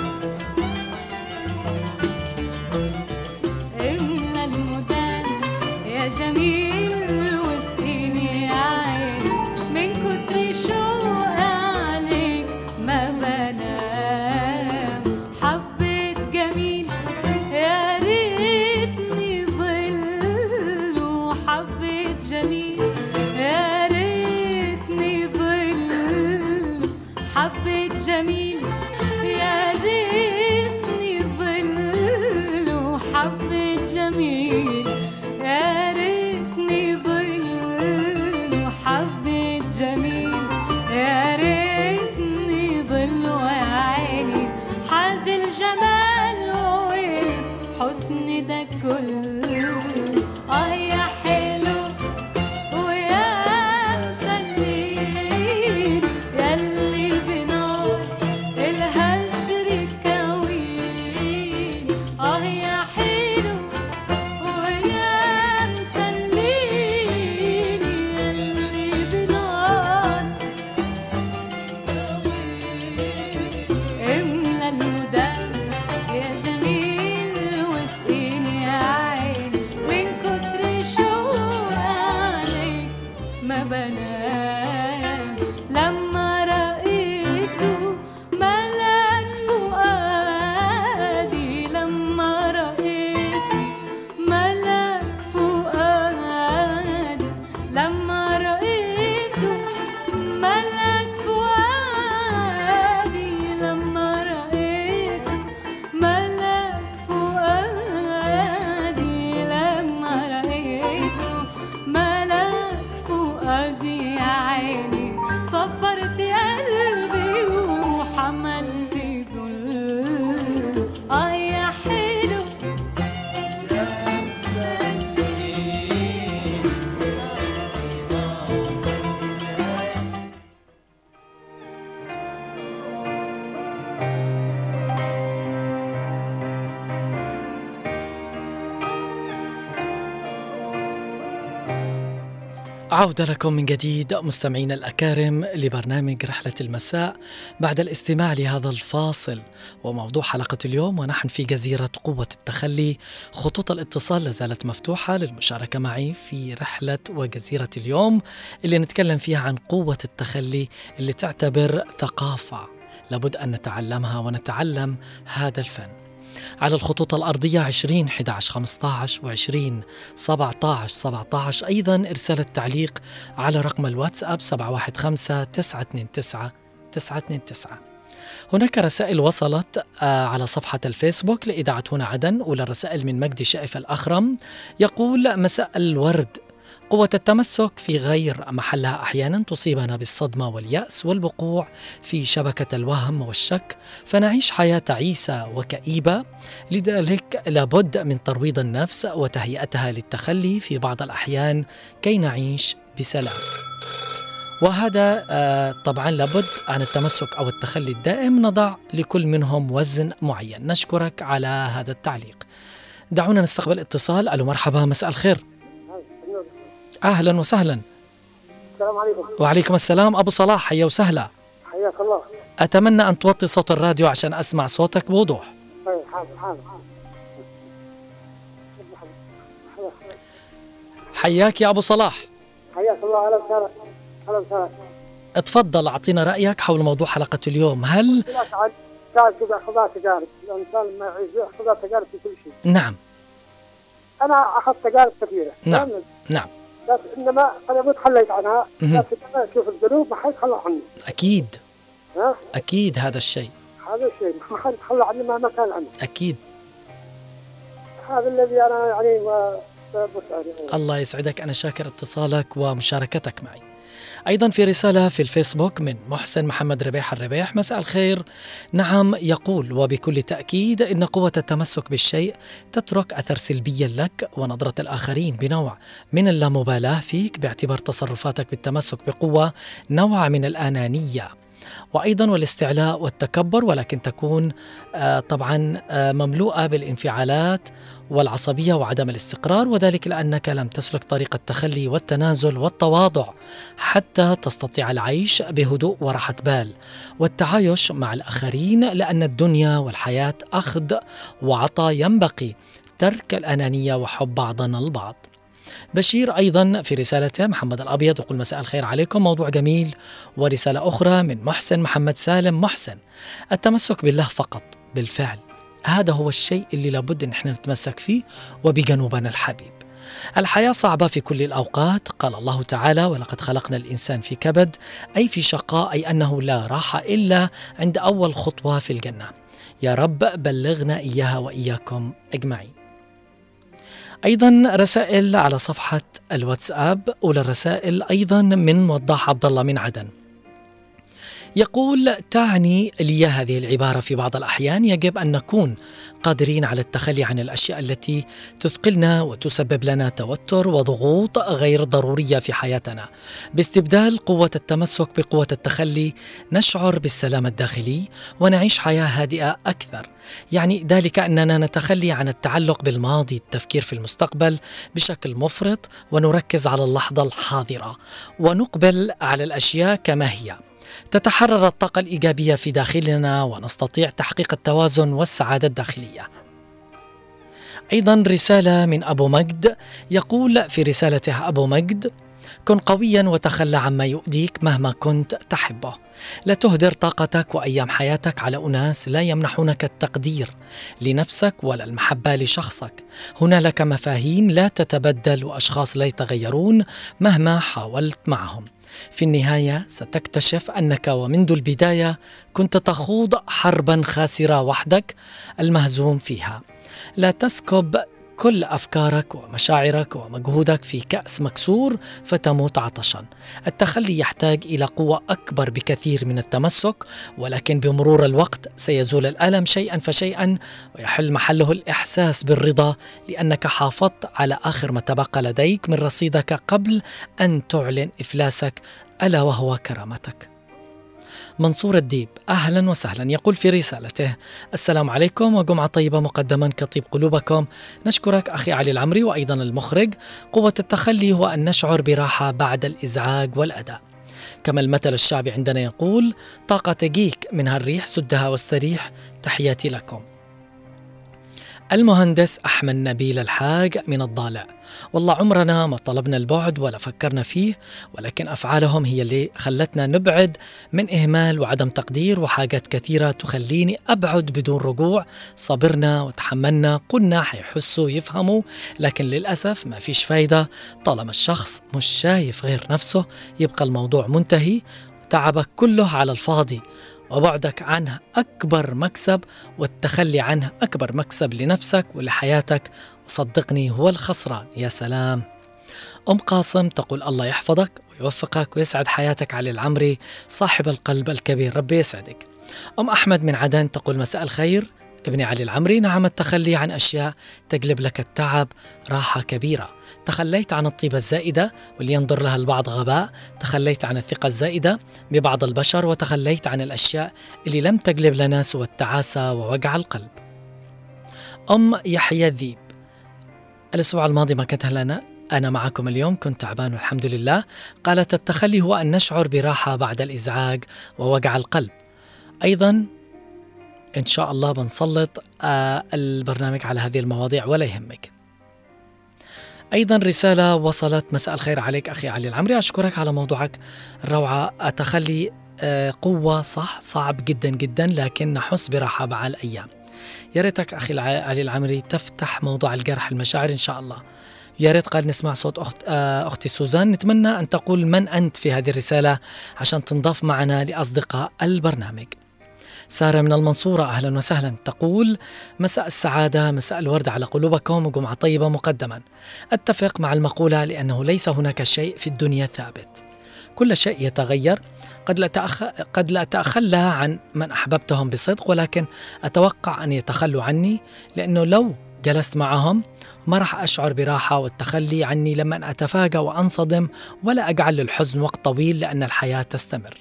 إملى المدام يا جميل واسقيني يا عين من كتر شوق عليك ما بنام. حبيت جميل يا ريتني ظل وحبيت جميل يا ريتني ظل. حبيت جميل يا ريتني ظل وحبيت جميل يا ريتني ظل وحبيت جميل يا ريتني ظل. ويا عيني حاز الجمال والحسن ده كله. آه يا حلو ويا مسلين ياللي بنار الهجر كوين. آه يا حلو ويا مسلين ياللي بنار املى المدام يا جميل واسقيني يا عين من كتر شوق عليك ما بنام. لما رأيته ملك فؤادي لما رأيته ملك فؤادي لما رأيته ملك فؤادي لما رأيته ملك فؤادي لما رأيته ملك فؤادي. يا عيني صبرت قلبي وحملت ذل. آه يا حلو عودة لكم من جديد مستمعين الأكارم لبرنامج رحلة المساء بعد الاستماع لهذا الفاصل وموضوع حلقة اليوم. ونحن في جزيرة قوة التخلي. خطوط الاتصال لازالت مفتوحة للمشاركة معي في رحلة وجزيرة اليوم اللي نتكلم فيها عن قوة التخلي اللي تعتبر ثقافة لابد أن نتعلمها ونتعلم هذا الفن. على الخطوط الأرضية عشرين أحد عشر خمسة عشر وعشرين سبعة عشر سبعة عشر. أيضا إرسال التعليق على رقم الواتساب سبعة واحد خمسة تسعة اثنين تسعة تسعة اثنين تسعة. هناك رسائل وصلت على صفحة الفيسبوك لإذاعة هنا عدن، وللرسائل من مجدي شائف الأخرم يقول: مساء الورد، قوة التمسك في غير محلها أحيانا تصيبنا بالصدمة واليأس والوقوع في شبكة الوهم والشك، فنعيش حياة تعيسة وكئيبة. لذلك لابد من ترويض النفس وتهيئتها للتخلي في بعض الأحيان كي نعيش بسلام. وهذا آه طبعا لابد عن التمسك أو التخلي الدائم، نضع لكل منهم وزن معين. نشكرك على هذا التعليق. دعونا نستقبل اتصال. ألو مرحبا، مساء الخير. أهلا وسهلا. السلام عليكم. وعليكم السلام. أبو صلاح، حيا وسهلا. حياك الله. أتمنى أن توطي صوت الراديو عشان أسمع صوتك بوضوح. طيب حاضر حاضر. حياك يا أبو صلاح. حياك الله. أهلا وسهلا. أهلا وسهلا. اتفضل أعطينا رأيك حول موضوع حلقة اليوم. هل تعال كذا خذها تجارب، الإنسان ما يعيش خذها تجارب في كل شيء. نعم. انا اخذت تجارب كثيره. نعم نعم. بس انما انا ما تخليت عنها، مهم. لكن انا اشوف الذنوب ما حيتخلى عنه. أكيد ها أكيد هذا الشيء، هذا الشيء ما حيتخلى عنه مهما كان عنه. أكيد. هذا الذي انا يعني ما بسأل. الله يسعدك، أنا شاكر اتصالك ومشاركتك معي. أيضا في رسالة في الفيسبوك من محسن محمد ربيح الربيح، مساء الخير. نعم، يقول وبكل تأكيد إن قوة التمسك بالشيء تترك أثر سلبيا لك ونظرة الآخرين بنوع من اللامبالاة فيك، باعتبار تصرفاتك بالتمسك بقوة نوع من الأنانية وأيضا والاستعلاء والتكبر، ولكن تكون آه طبعا آه مملوءة بالانفعالات والعصبية وعدم الاستقرار، وذلك لأنك لم تسلك طريق التخلي والتنازل والتواضع حتى تستطيع العيش بهدوء وراحة بال والتعايش مع الآخرين، لأن الدنيا والحياة أخذ وعطاء، ينبغي ترك الأنانية وحب بعضنا البعض. بشير أيضا في رسالته محمد الأبيض يقول مساء الخير عليكم، موضوع جميل. ورسالة أخرى من محسن محمد سالم محسن، التمسك بالله فقط بالفعل، هذا هو الشيء اللي لابد ان احنا نتمسك فيه وبجنوبنا الحبيب. الحياة صعبة في كل الأوقات، قال الله تعالى ولقد خلقنا الإنسان في كبد، أي في شقاء، أي أنه لا راحة إلا عند أول خطوة في الجنة. يا رب بلغنا إياها وإياكم أجمعين. أيضا رسائل على صفحة الواتساب، أولى الرسائل أيضا من وضاح عبد الله من عدن، يقول تعني لي هذه العبارة في بعض الأحيان يجب أن نكون قادرين على التخلي عن الأشياء التي تثقلنا وتسبب لنا توتر وضغوط غير ضرورية في حياتنا، باستبدال قوة التمسك بقوة التخلي نشعر بالسلام الداخلي ونعيش حياة هادئة أكثر. يعني ذلك أننا نتخلي عن التعلق بالماضي، التفكير في المستقبل بشكل مفرط، ونركز على اللحظة الحاضرة ونقبل على الأشياء كما هي. تتحرر الطاقة الإيجابية في داخلنا ونستطيع تحقيق التوازن والسعادة الداخلية. أيضا رسالة من أبو مجد، يقول في رسالته أبو مجد كن قويا وتخلى عما يؤذيك مهما كنت تحبه، لا تهدر طاقتك وأيام حياتك على أناس لا يمنحونك التقدير لنفسك ولا المحبة لشخصك. هنالك مفاهيم لا تتبدل وأشخاص لا يتغيرون مهما حاولت معهم. في النهاية ستكتشف أنك ومنذ البداية كنت تخوض حربا خاسرة وحدك المهزوم فيها. لا تسكب كل أفكارك ومشاعرك ومجهودك في كأس مكسور فتموت عطشا. التخلي يحتاج إلى قوة أكبر بكثير من التمسك، ولكن بمرور الوقت سيزول الألم شيئا فشيئا ويحل محله الإحساس بالرضا، لأنك حافظت على آخر ما تبقى لديك من رصيدك قبل أن تعلن إفلاسك، ألا وهو كرامتك. منصور الديب أهلا وسهلا، يقول في رسالته السلام عليكم وجمعة طيبة مقدما كطيب قلوبكم. نشكرك أخي علي العمري وأيضا المخرج. قوة التخلي هو أن نشعر براحة بعد الإزعاج والأذى، كما المثل الشعبي عندنا يقول طاقة تجيك منها الريح سدها واستريح. تحياتي لكم. المهندس أحمد نبيل الحاج من الضالع، والله عمرنا ما طلبنا البعد ولا فكرنا فيه، ولكن أفعالهم هي اللي خلتنا نبعد من إهمال وعدم تقدير وحاجات كثيرة تخليني أبعد بدون رجوع. صبرنا وتحملنا، قلنا حيحسوا يفهموا، لكن للأسف ما فيش فايدة. طالما الشخص مش شايف غير نفسه يبقى الموضوع منتهي، تعبك كله على الفاضي، وبعدك عنها أكبر مكسب، والتخلي عنها أكبر مكسب لنفسك ولحياتك، وصدقني هو الخسران. يا سلام. أم قاسم تقول الله يحفظك ويوفقك ويسعد حياتك علي العمري صاحب القلب الكبير، ربي يسعدك. أم أحمد من عدن تقول مساء الخير ابني علي العمري، نعم التخلي عن أشياء تجلب لك التعب راحة كبيرة. تخليت عن الطيبة الزائدة واللي ينظر لها البعض غباء، تخليت عن الثقة الزائدة ببعض البشر، وتخليت عن الأشياء اللي لم تجلب لنا سوى التعاسة ووجع القلب. أم يحيى الذيب، الأسبوع الماضي ما كانت لنا، أنا معكم اليوم، كنت تعبان والحمد لله. قالت التخلي هو أن نشعر براحة بعد الإزعاج ووجع القلب. أيضا إن شاء الله بنسلط آه البرنامج على هذه المواضيع ولا يهمك. أيضا رسالة وصلت، مساء الخير عليك أخي علي العمري، أشكرك على موضوعك الروعة. أتخلي آه قوة صح، صعب جدا جدا، لكن نحس براحة مع الأيام. يا ريتك أخي الع- علي العمري تفتح موضوع الجرح المشاعر إن شاء الله. يا ريت قال نسمع صوت أخت آه، أختي سوزان. نتمنى أن تقول من أنت في هذه الرسالة عشان تنضاف معنا لأصدقاء البرنامج. سارة من المنصورة أهلا وسهلا، تقول مساء السعادة، مساء الورد على قلوبكم وجمعة طيبة مقدما. أتفق مع المقولة لأنه ليس هناك شيء في الدنيا ثابت، كل شيء يتغير. قد لا أتأخ... قد لا أتخلى عن من أحببتهم بصدق، ولكن أتوقع أن يتخلوا عني، لأنه لو جلست معهم ما راح أشعر براحة، والتخلي عني لما أتفاجأ وأنصدم، ولا أجعل للحزن وقت طويل لأن الحياة تستمر.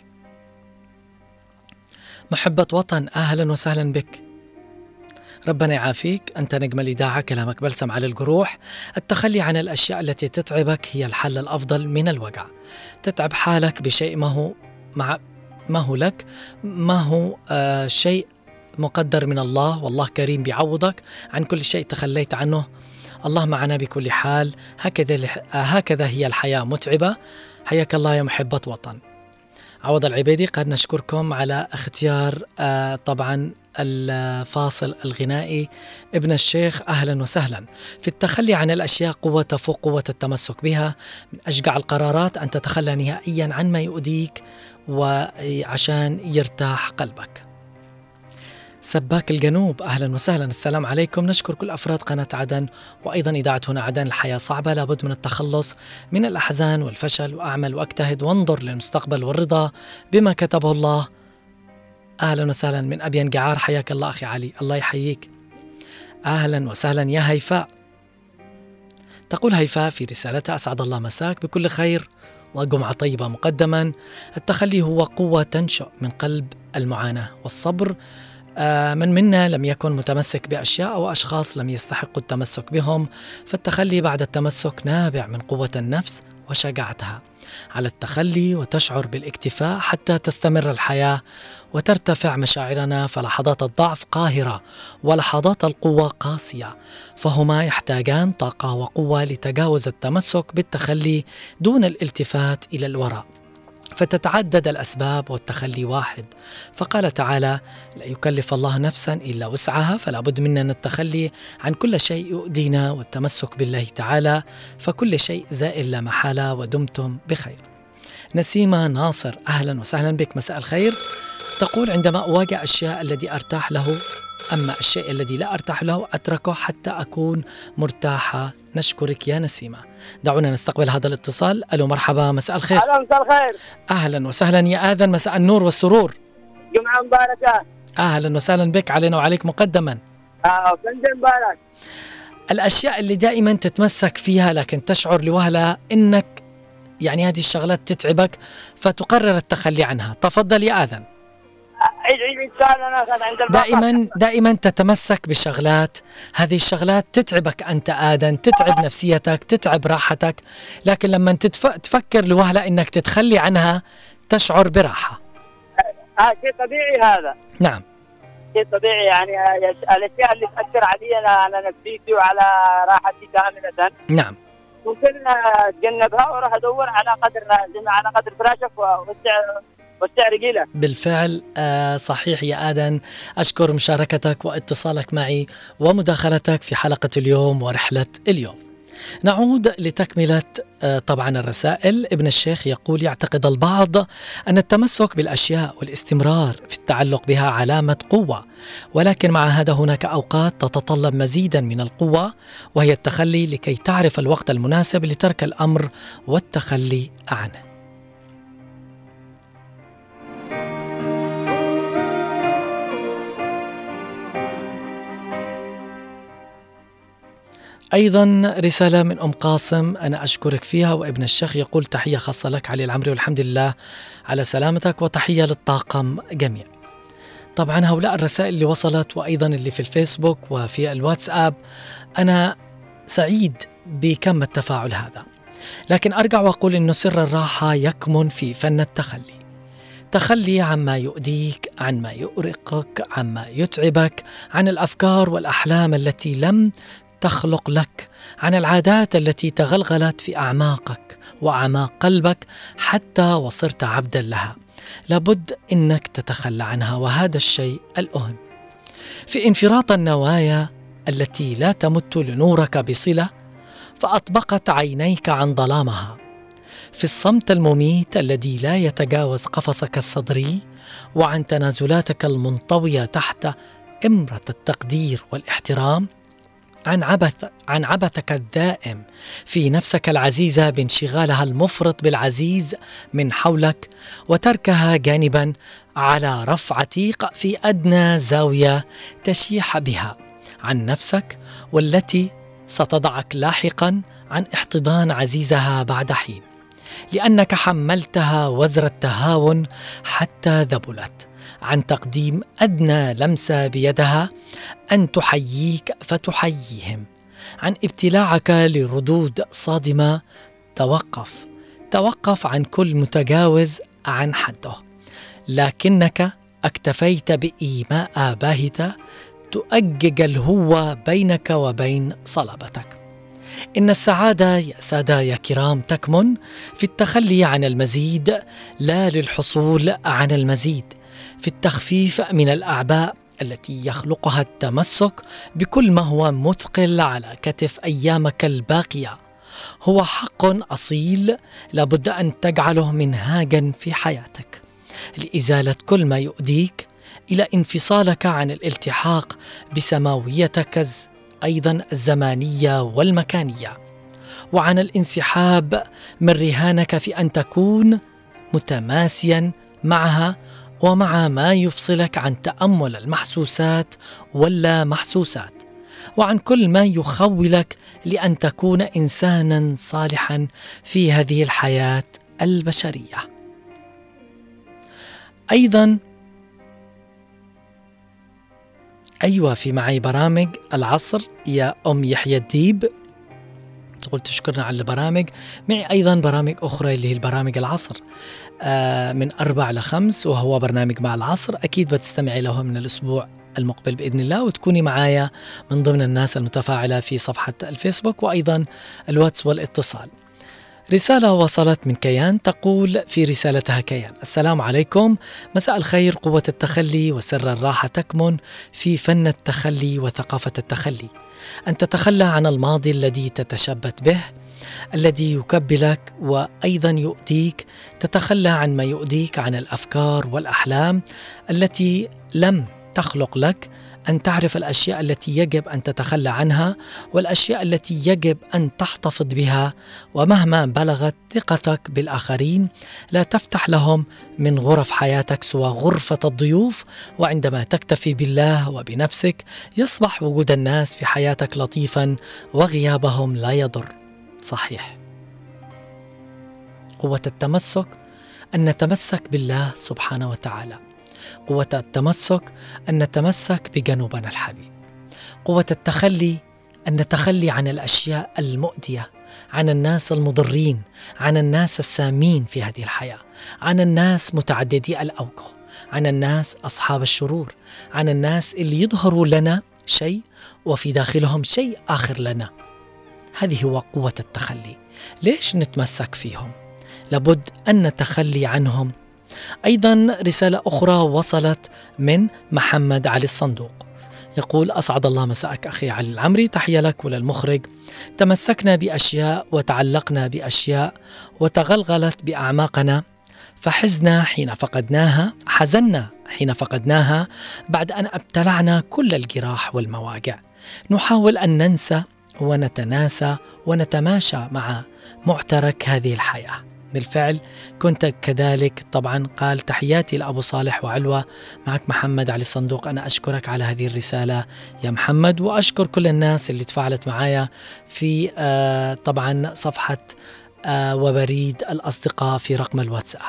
محبة وطن أهلا وسهلا بك، ربنا يعافيك، أنت نجم الإذاعة، كلامك بلسم على الجروح. التخلي عن الأشياء التي تتعبك هي الحل الأفضل من الوجع. تتعب حالك بشيء ما هو مع ما هو لك، ما هو آه شيء مقدر من الله، والله كريم بيعوضك عن كل شيء تخليت عنه. الله معنا بكل حال، هكذا هكذا هي الحياة متعبة. حياك الله يا محبة وطن. عوض العبيدي قد نشكركم على اختيار آه طبعا الفاصل الغنائي ابن الشيخ. أهلا وسهلا. في التخلي عن الأشياء قوة تفوق قوة التمسك بها. من أشجع القرارات أن تتخلى نهائيا عن ما يؤذيك وعشان يرتاح قلبك. سباك الجنوب أهلا وسهلا، السلام عليكم. نشكر كل أفراد قناة عدن وأيضا إذاعة هنا عدن. الحياة صعبة، لابد من التخلص من الأحزان والفشل، وأعمل وأجتهد وانظر للمستقبل والرضا بما كتبه الله. أهلا وسهلا من أبين جعار، حياك الله أخي علي، الله يحييك. أهلا وسهلا يا هيفاء. تقول هيفاء في رسالتها: أسعد الله مساك بكل خير وجمعة طيبة مقدما. التخلي هو قوة تنشأ من قلب المعاناة والصبر. آه من منا لم يكن متمسك بأشياء أو أشخاص لم يستحقوا التمسك بهم، فالتخلي بعد التمسك نابع من قوة النفس وشجاعتها على التخلي، وتشعر بالاكتفاء حتى تستمر الحياة وترتفع مشاعرنا. فلحظات الضعف قاهرة ولحظات القوة قاسية، فهما يحتاجان طاقة وقوة لتجاوز التمسك بالتخلي دون الالتفات إلى الوراء، فتتعدد الأسباب والتخلي واحد. فقال تعالى: لا يكلف الله نفسا إلا وسعها، فلا بد منا التخلي عن كل شيء يؤذينا والتمسك بالله تعالى، فكل شيء زائل لا محالة، ودمتم بخير. نسيمة ناصر أهلا وسهلا بك، مساء الخير. تقول: عندما أواجه أشياء الذي أرتاح له، أما الشيء الذي لا أرتاح له أتركه حتى أكون مرتاحة. نشكرك يا نسيمة. دعونا نستقبل هذا الاتصال. ألو مرحبا، مساء الخير. أهلا مساء الخير. أهلا وسهلا يا آذن، مساء النور والسرور. جمعة مباركة. أهلا وسهلا بك، علينا وعليك مقدما. آه فندم مبارك. الأشياء اللي دائما تتمسك فيها لكن تشعر لوهلة إنك يعني هذه الشغلات تتعبك فتقرر التخلي عنها. تفضل يا آذن. عيد عيد السؤال. أنا أخذ عند دائما دائما تتمسك بشغلات، هذه الشغلات تتعبك أنت آذن، تتعب نفسيتك، تتعب راحتك، لكن لما تتف... تفكر لوهلة إنك تتخلي عنها تشعر براحة. آه شيء طبيعي هذا. نعم شيء طبيعي، يعني الأشياء اللي تأثر علي أنا على نفسيتي وعلى راحتي كاملة. نعم ممكن أتجنبها وأروح أدور على قدر على قدر فراشك والسعر والسعر قيلة. بالفعل آه صحيح يا آدن. أشكر مشاركتك واتصالك معي ومداخلتك في حلقة اليوم ورحلة اليوم. نعود لتكملة آه طبعا الرسائل. ابن الشيخ يقول: يعتقد البعض أن التمسك بالأشياء والاستمرار في التعلق بها علامة قوة، ولكن مع هذا هناك أوقات تتطلب مزيدا من القوة، وهي التخلي لكي تعرف الوقت المناسب لترك الأمر والتخلي عنه. أيضا رسالة من أم قاسم أنا أشكرك فيها، وابن الشيخ يقول: تحية خاصة لك علي العمري والحمد لله على سلامتك، وتحية للطاقم جميع. طبعا هؤلاء الرسائل اللي وصلت وأيضا اللي في الفيسبوك وفي الواتساب، أنا سعيد بكم التفاعل هذا، لكن أرجع وأقول إنه سر الراحة يكمن في فن التخلي. تخلي عما يؤذيك، عن ما يؤرقك، عما يتعبك، عن الأفكار والأحلام التي لم تخلق لك، عن العادات التي تغلغلت في أعماقك وأعماق قلبك حتى وصرت عبدا لها. لابد إنك تتخلى عنها، وهذا الشيء الأهم. في انفراط النوايا التي لا تمت لنورك بصلة فأطبقت عينيك عن ظلامها، في الصمت المميت الذي لا يتجاوز قفصك الصدري، وعن تنازلاتك المنطوية تحت إمرة التقدير والاحترام، عن عبث عن عبثك الدائم في نفسك العزيزة بانشغالها المفرط بالعزيز من حولك، وتركها جانبا على رف عتيق في أدنى زاوية تشيح بها عن نفسك، والتي ستضعك لاحقا عن احتضان عزيزها بعد حين، لأنك حملتها وزر التهاون حتى ذبلت عن تقديم أدنى لمسة بيدها أن تحييك فتحييهم، عن ابتلاعك لردود صادمة. توقف توقف عن كل متجاوز عن حده، لكنك اكتفيت بإيماء باهتة تؤجج الهوة بينك وبين صلبتك. إن السعادة يا سادة يا كرام تكمن في التخلي عن المزيد، لا للحصول عن المزيد، في التخفيف من الأعباء التي يخلقها التمسك بكل ما هو مثقل على كتف أيامك الباقية. هو حق أصيل لابد أن تجعله منهاجا في حياتك لإزالة كل ما يؤذيك، إلى انفصالك عن الالتحاق بسماويتك أيضا الزمانية والمكانية، وعن الانسحاب من رهانك في أن تكون متماسيا معها ومع ما يفصلك عن تأمل المحسوسات واللا محسوسات، وعن كل ما يخولك لأن تكون إنسانا صالحا في هذه الحياة البشرية. أيضا أيوة في معي برامج العصر يا أم يحيى الديب، تقول تشكرنا على البرامج. معي أيضا برامج أخرى اللي هي البرامج العصر آه من أربع لخمس، وهو برنامج مع العصر، أكيد بتستمعي له من الأسبوع المقبل بإذن الله، وتكوني معايا من ضمن الناس المتفاعلة في صفحة الفيسبوك وأيضا الواتس والاتصال. رسالة وصلت من كيان تقول في رسالتها كيان: السلام عليكم، مساء الخير. قوة التخلي وسر الراحة تكمن في فن التخلي وثقافة التخلي، أن تتخلى عن الماضي الذي تتشبت به، الذي يكبلك وأيضا يؤذيك، تتخلى عن ما يؤذيك، عن الأفكار والأحلام التي لم تخلق لك، أن تعرف الأشياء التي يجب أن تتخلى عنها والأشياء التي يجب أن تحتفظ بها، ومهما بلغت ثقتك بالآخرين لا تفتح لهم من غرف حياتك سوى غرفة الضيوف، وعندما تكتفي بالله وبنفسك يصبح وجود الناس في حياتك لطيفا وغيابهم لا يضر. صحيح. قوة التمسك أن نتمسك بالله سبحانه وتعالى، قوة التمسك أن نتمسك بجنوبنا الحبيب، قوة التخلي أن نتخلي عن الأشياء المؤذية، عن الناس المضرين، عن الناس السامين في هذه الحياة، عن الناس متعددي الأوجه، عن الناس أصحاب الشرور، عن الناس اللي يظهروا لنا شيء وفي داخلهم شيء آخر لنا. هذه هو قوة التخلي. ليش نتمسك فيهم؟ لابد أن نتخلي عنهم. أيضا رسالة أخرى وصلت من محمد علي الصندوق، يقول: أسعد الله مساءك أخي علي العمري، تحية لك وللمخرج. تمسكنا بأشياء وتعلقنا بأشياء وتغلغلت بأعماقنا، فحزنا حين فقدناها حزنا حين فقدناها بعد أن ابتلعنا كل الجراح والمواجع. نحاول أن ننسى ونتناسى ونتماشى مع معترك هذه الحياة. بالفعل كنت كذلك. طبعا قال: تحياتي لأبو صالح وعلوة. معك محمد علي الصندوق. أنا أشكرك على هذه الرسالة يا محمد، وأشكر كل الناس اللي تفاعلت معايا في آه طبعا صفحة آه وبريد الأصدقاء في رقم الواتساب.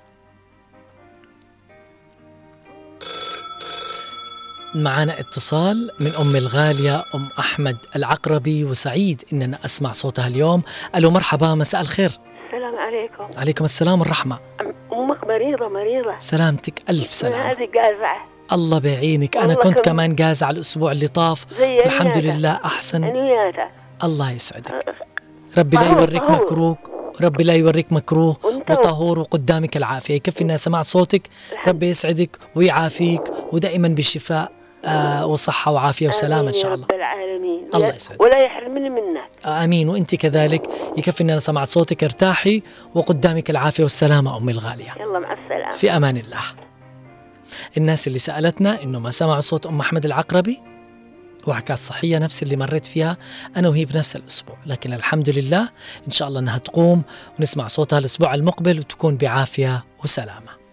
معنا اتصال من أم الغالية أم أحمد العقربي، وسعيد إننا أسمع صوتها اليوم. ألو مرحبا، مساء الخير. السلام عليكم. عليكم السلام والرحمة. أمك مريضة مريضة. سلامتك، ألف سلامة. هذه قازعة. الله بيعينك. أنا كنت كم... كمان قازعة الأسبوع اللي طاف، الحمد لله أحسن. أنياتا. الله يسعدك. ربي لا يوريك مكروه، ربي لا يوريك مكروه وطهور، وقدامك العافية. يكفي إنها سمع صوتك. ربي يسعدك ويعافيك ودائما بالشفاء آه وصحة وعافية وسلامة إن شاء الله. رب العالمين. الله يسعدك ولا يحرمني منك. آه آمين. وأنت كذلك، يكفي أن أنا سمعت صوتك. ارتاحي وقدامك العافية والسلامة أمي الغالية. يلا مع السلامة. في أمان الله. الناس اللي سألتنا إنه ما سمعوا صوت أم أحمد العقربي وحكاية الصحية نفس اللي مريت فيها أنا وهي بنفس الأسبوع، لكن الحمد لله إن شاء الله أنها تقوم ونسمع صوتها الأسبوع المقبل وتكون بعافية وسلامة.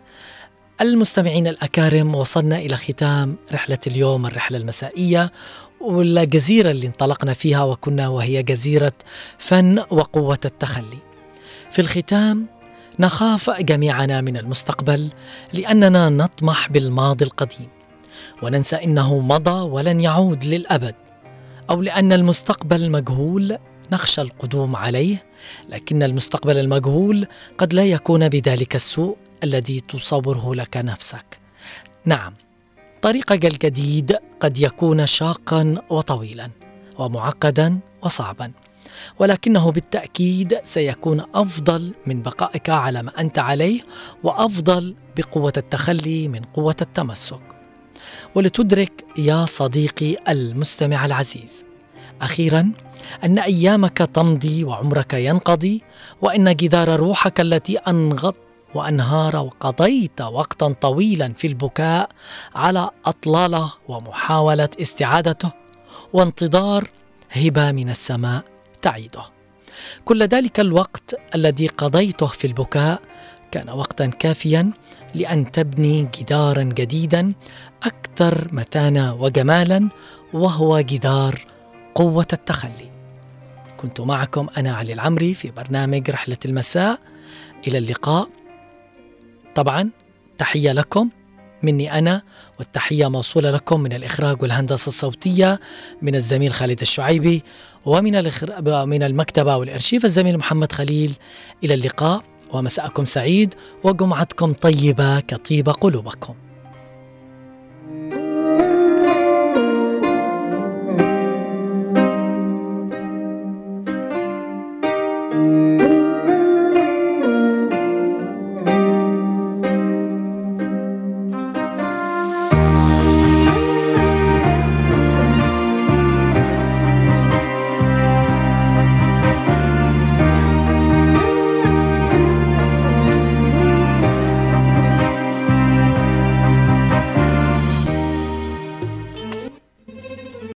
المستمعين الأكارم، وصلنا إلى ختام رحلة اليوم، الرحلة المسائية والجزيرة اللي انطلقنا فيها وكنا وهي جزيرة فن وقوة التخلي. في الختام نخاف جميعنا من المستقبل لأننا نطمح بالماضي القديم وننسى إنه مضى ولن يعود للأبد، أو لأن المستقبل مجهول نخشى القدوم عليه، لكن المستقبل المجهول قد لا يكون بذلك السوء الذي تصوره لك نفسك. نعم، طريقك الجديد قد يكون شاقا وطويلا ومعقدا وصعبا، ولكنه بالتأكيد سيكون أفضل من بقائك على ما أنت عليه، وأفضل بقوة التخلي من قوة التمسك. ولتدرك يا صديقي المستمع العزيز أخيرا أن أيامك تمضي وعمرك ينقضي، وأن جدار روحك التي أنغض وأنهار وقضيت وقتا طويلا في البكاء على أطلاله ومحاولة استعادته وانتظار هبة من السماء تعيده، كل ذلك الوقت الذي قضيته في البكاء كان وقتا كافيا لأن تبني جدارا جديدا أكثر متانة وجمالا، وهو جدار قوة التخلي. كنت معكم أنا علي العمري في برنامج رحلة المساء. إلى اللقاء. طبعا تحية لكم مني أنا، والتحية موصولة لكم من الإخراج والهندسة الصوتية من الزميل خالد الشعيبي، ومن من المكتبة والإرشيف الزميل محمد خليل. إلى اللقاء ومساءكم سعيد وجمعتكم طيبة كطيب قلوبكم.